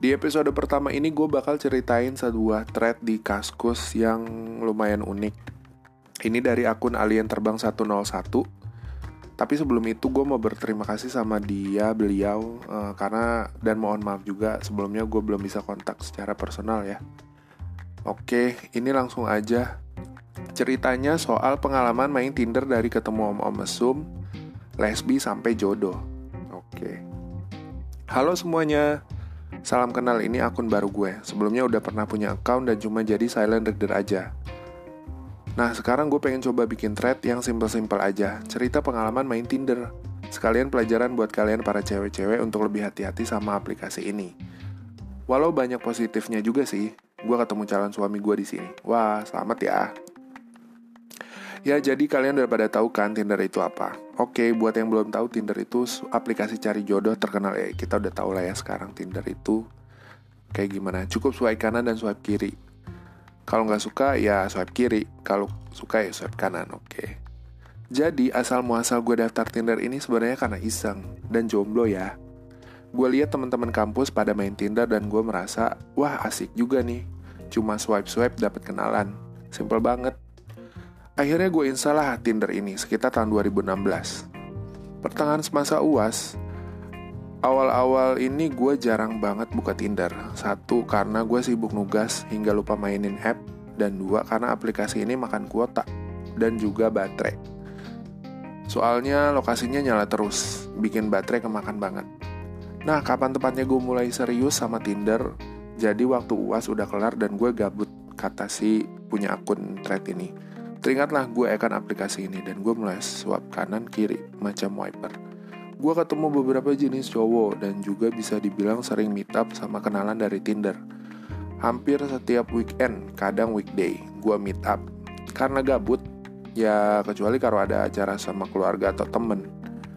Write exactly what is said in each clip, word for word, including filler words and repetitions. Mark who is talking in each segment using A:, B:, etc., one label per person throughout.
A: Di episode pertama ini gue bakal ceritain sebuah thread di Kaskus yang lumayan unik. Ini dari akun Alien Terbang seratus satu. Tapi sebelum itu gue mau berterima kasih sama dia, beliau uh, karena dan mohon maaf juga sebelumnya gue belum bisa kontak secara personal ya. Oke, ini langsung aja. Ceritanya soal pengalaman main Tinder dari ketemu om-om mesum, lesbi sampai jodoh. Oke. Halo semuanya. Salam kenal, ini akun baru gue. Sebelumnya udah pernah punya account dan cuma jadi silent reader aja. Nah, sekarang gue pengen coba bikin thread yang simple-simple aja. Cerita pengalaman main Tinder. Sekalian pelajaran buat kalian para cewek-cewek untuk lebih hati-hati sama aplikasi ini. Walau banyak positifnya juga sih. Gue ketemu calon suami gue di sini. Wah, selamat ya. Ya, jadi kalian udah pada tahu kan Tinder itu apa? Oke, buat yang belum tahu, Tinder itu aplikasi cari jodoh terkenal ya. Kita udah tahu lah ya sekarang Tinder itu kayak gimana. Cukup swipe kanan dan swipe kiri. Kalau nggak suka ya swipe kiri, kalau suka ya swipe kanan, oke. Jadi asal muasal gue daftar Tinder ini sebenarnya karena iseng dan jomblo ya. Gue lihat teman-teman kampus pada main Tinder dan gue merasa, wah asik juga nih. Cuma swipe-swipe dapat kenalan, simple banget. Akhirnya gue install lah Tinder ini sekitar tahun dua ribu enam belas. Pertengahan semasa U A S. Awal-awal ini gue jarang banget buka Tinder. Satu, karena gue sibuk nugas hingga lupa mainin app. Dan dua, karena aplikasi ini makan kuota dan juga baterai. Soalnya lokasinya nyala terus, bikin baterai kemakan banget. Nah, kapan tepatnya gue mulai serius sama Tinder? Jadi waktu U A S udah kelar dan gue gabut, kata si punya akun thread ini. Teringatlah gue akan aplikasi ini dan gue mulai swipe kanan kiri macam wiper. Gue ketemu beberapa jenis cowok dan juga bisa dibilang sering meet up sama kenalan dari Tinder. Hampir setiap weekend, kadang weekday, gue meet up. Karena gabut, ya kecuali kalau ada acara sama keluarga atau temen.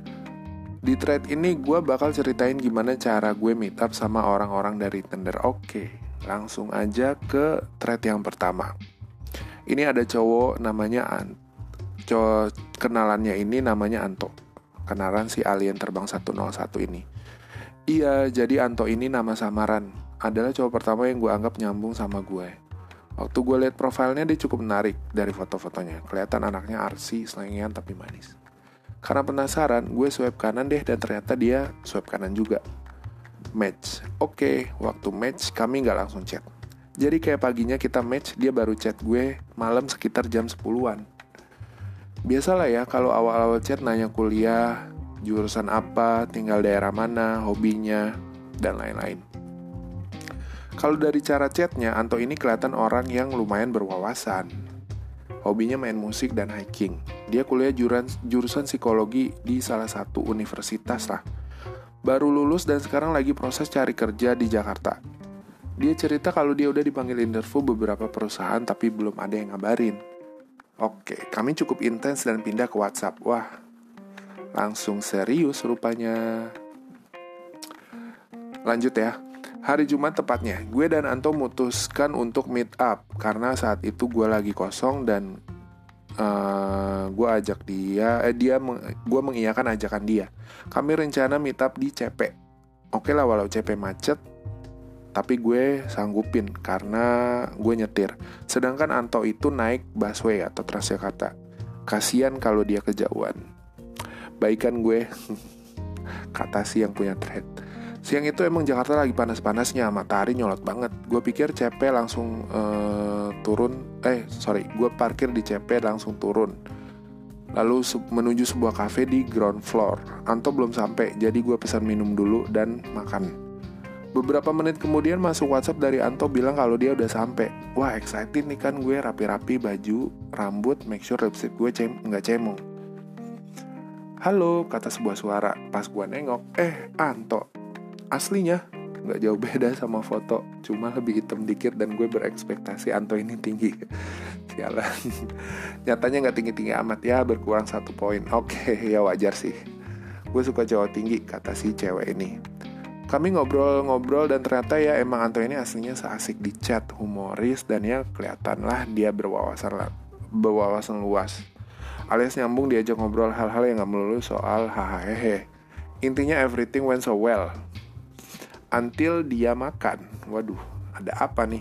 A: Di thread ini gue bakal ceritain gimana cara gue meet up sama orang-orang dari Tinder. Oke, langsung aja ke thread yang pertama. Ini ada cowok namanya An. Cowok kenalannya ini namanya Anto. Kenalan si Alien Terbang seratus satu ini. Iya, jadi Anto ini nama samaran. Adalah cowok pertama yang gue anggap nyambung sama gue. Waktu gue liat profilnya dia cukup menarik dari foto-fotonya. Kelihatan anaknya artsy, selengean tapi manis. Karena penasaran, gue swipe kanan deh dan ternyata dia swipe kanan juga. Match. Oke, waktu match kami gak langsung chat. Jadi kayak paginya kita match, dia baru chat gue malam sekitar jam sepuluhan. Biasalah ya kalau awal-awal chat nanya kuliah, jurusan apa, tinggal daerah mana, hobinya, dan lain-lain. Kalau dari cara chatnya, Anto ini kelihatan orang yang lumayan berwawasan. Hobinya main musik dan hiking. Dia kuliah jurusan, jurusan psikologi di salah satu universitas lah. Baru lulus dan sekarang lagi proses cari kerja di Jakarta. Dia cerita kalau dia udah dipanggil interview beberapa perusahaan tapi belum ada yang ngabarin. Oke, kami cukup intens dan pindah ke WhatsApp. Wah, langsung serius rupanya. Lanjut ya. Hari Jumat tepatnya, gue dan Anto memutuskan untuk meet up. Karena saat itu gue lagi kosong dan uh, gue ajak dia, eh, dia meng, gue mengiyakan ajakan dia. Kami rencana meet up di C P. Oke lah, walau C P macet, tapi gue sanggupin karena gue nyetir. Sedangkan Anto itu naik busway atau Transjakarta. Kasian kalau dia kejauhan. Baikan gue, kata si yang punya thread. Siang itu emang Jakarta lagi panas-panasnya, matahari nyolot banget. Gue pikir C P langsung uh, turun, eh sorry, gue parkir di C P langsung turun. Lalu sub- menuju sebuah cafe di ground floor. Anto belum sampai, jadi gue pesan minum dulu dan makan. Beberapa menit kemudian masuk WhatsApp dari Anto bilang kalau dia udah sampai. Wah, excited nih kan gue, rapi-rapi baju, rambut, make sure lipstick gue cem- gak cemong. Halo, kata sebuah suara. Pas gue nengok, eh Anto. Aslinya gak jauh beda sama foto, cuma lebih hitam dikit dan gue berekspektasi Anto ini tinggi. Sialan. Nyatanya gak tinggi-tinggi amat ya, berkurang satu poin. Oke, ya wajar sih. Gue suka cowok tinggi, kata si cewek ini. Kami ngobrol-ngobrol dan ternyata ya emang Anto ini aslinya seasik di chat, humoris, dan ya kelihatan lah dia berwawasan, berwawasan luas. Alias nyambung diajak ngobrol hal-hal yang gak melulu soal hahaha. Intinya everything went so well. until dia makan. Waduh, ada apa nih?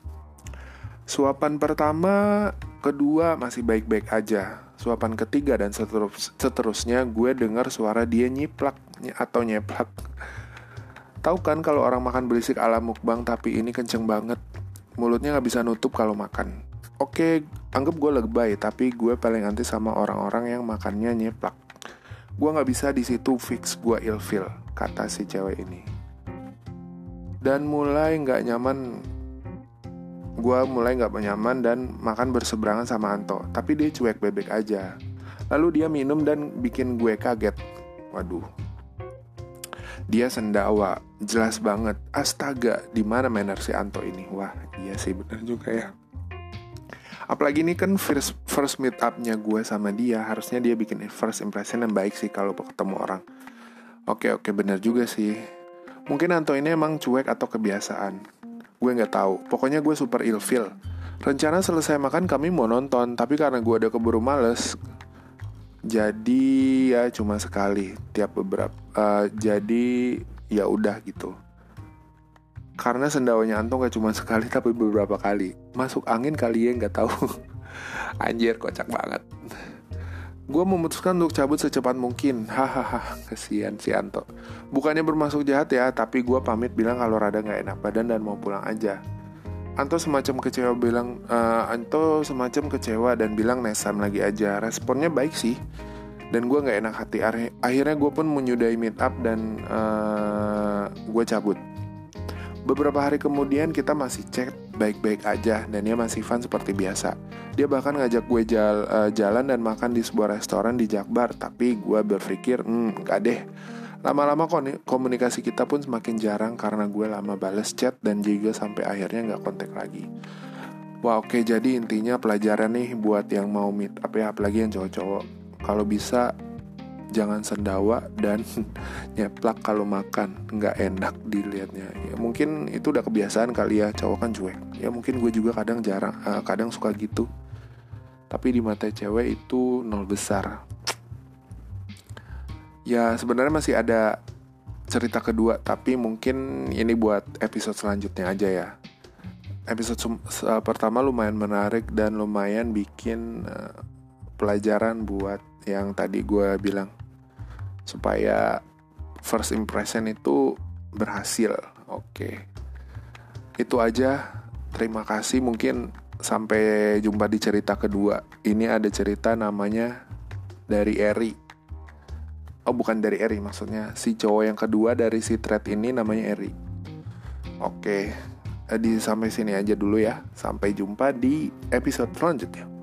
A: Suapan pertama, kedua masih baik-baik aja. Suapan ketiga dan seterus, seterusnya gue dengar suara dia nyiplak atau nyeplak. Tahu kan kalau orang makan berisik ala mukbang, tapi ini kenceng banget. Mulutnya gak bisa nutup kalau makan. Oke, anggap gue lebay, tapi gue paling anti sama orang-orang yang makannya nyeplak. Gue gak bisa di situ fix gue ilfeel, kata si cewek ini. Dan mulai gak nyaman Gue mulai gak nyaman dan makan berseberangan sama Anto. Tapi dia cuek bebek aja. Lalu dia minum dan bikin gue kaget. Waduh, dia sendawa, jelas banget. Astaga, di mana manner si Anto ini? Wah, iya sih benar juga ya. Apalagi ini kan first, first meet up-nya gue sama dia. Harusnya dia bikin first impression yang baik sih kalau ketemu orang. Oke, oke, benar juga sih. Mungkin Anto ini emang cuek atau kebiasaan. Gue gak tahu. Pokoknya gue super ilfeel. Rencana selesai makan kami mau nonton, tapi karena gue udah keburu males, jadi ya cuma sekali tiap beberapa. Uh, jadi ya udah gitu. Karena sendawanya Anto gak cuma sekali tapi beberapa kali. Masuk angin kali ya, gak tahu. Anjir, kocak banget. Gue memutuskan untuk cabut secepat mungkin. Hahaha, kesian si Anto. Bukannya bermaksud jahat ya, tapi gue pamit bilang kalau rada gak enak badan dan mau pulang aja. Anto semacam kecewa bilang, uh, Anto semacam kecewa dan bilang nesam lagi aja. Responnya baik sih. Dan gue gak enak hati. Akhirnya gue pun menyudahi meet up dan uh, gue cabut. Beberapa hari kemudian kita masih chat baik-baik aja dan dia masih fun seperti biasa. Dia bahkan ngajak gue jal, uh, jalan dan makan di sebuah restoran di Jakbar. Tapi gue berpikir, hmm gak deh. Lama-lama komunikasi kita pun semakin jarang karena gue lama bales chat dan juga sampai akhirnya gak kontak lagi. Wah oke, okay, jadi intinya pelajaran nih buat yang mau meet up ya, apalagi yang cowok-cowok. Kalau bisa jangan sendawa dan nyeplak kalau makan, nggak enak dilihatnya. Ya mungkin itu udah kebiasaan kali ya, cowok kan cuek. Ya mungkin gue juga kadang jarang, uh, kadang suka gitu. Tapi di mata cewek itu nol besar. Ya sebenarnya masih ada cerita kedua, tapi mungkin ini buat episode selanjutnya aja ya. Episode sum- uh, pertama lumayan menarik dan lumayan bikin uh, pelajaran buat yang tadi gue bilang, supaya first impression itu berhasil. Oke, itu aja. Terima kasih. Mungkin sampai jumpa di cerita kedua. Ini ada cerita namanya dari Eri. Oh bukan dari Eri, maksudnya si cowok yang kedua dari si thread ini namanya Eri. Oke, di sampai sini aja dulu ya. Sampai jumpa di episode selanjutnya.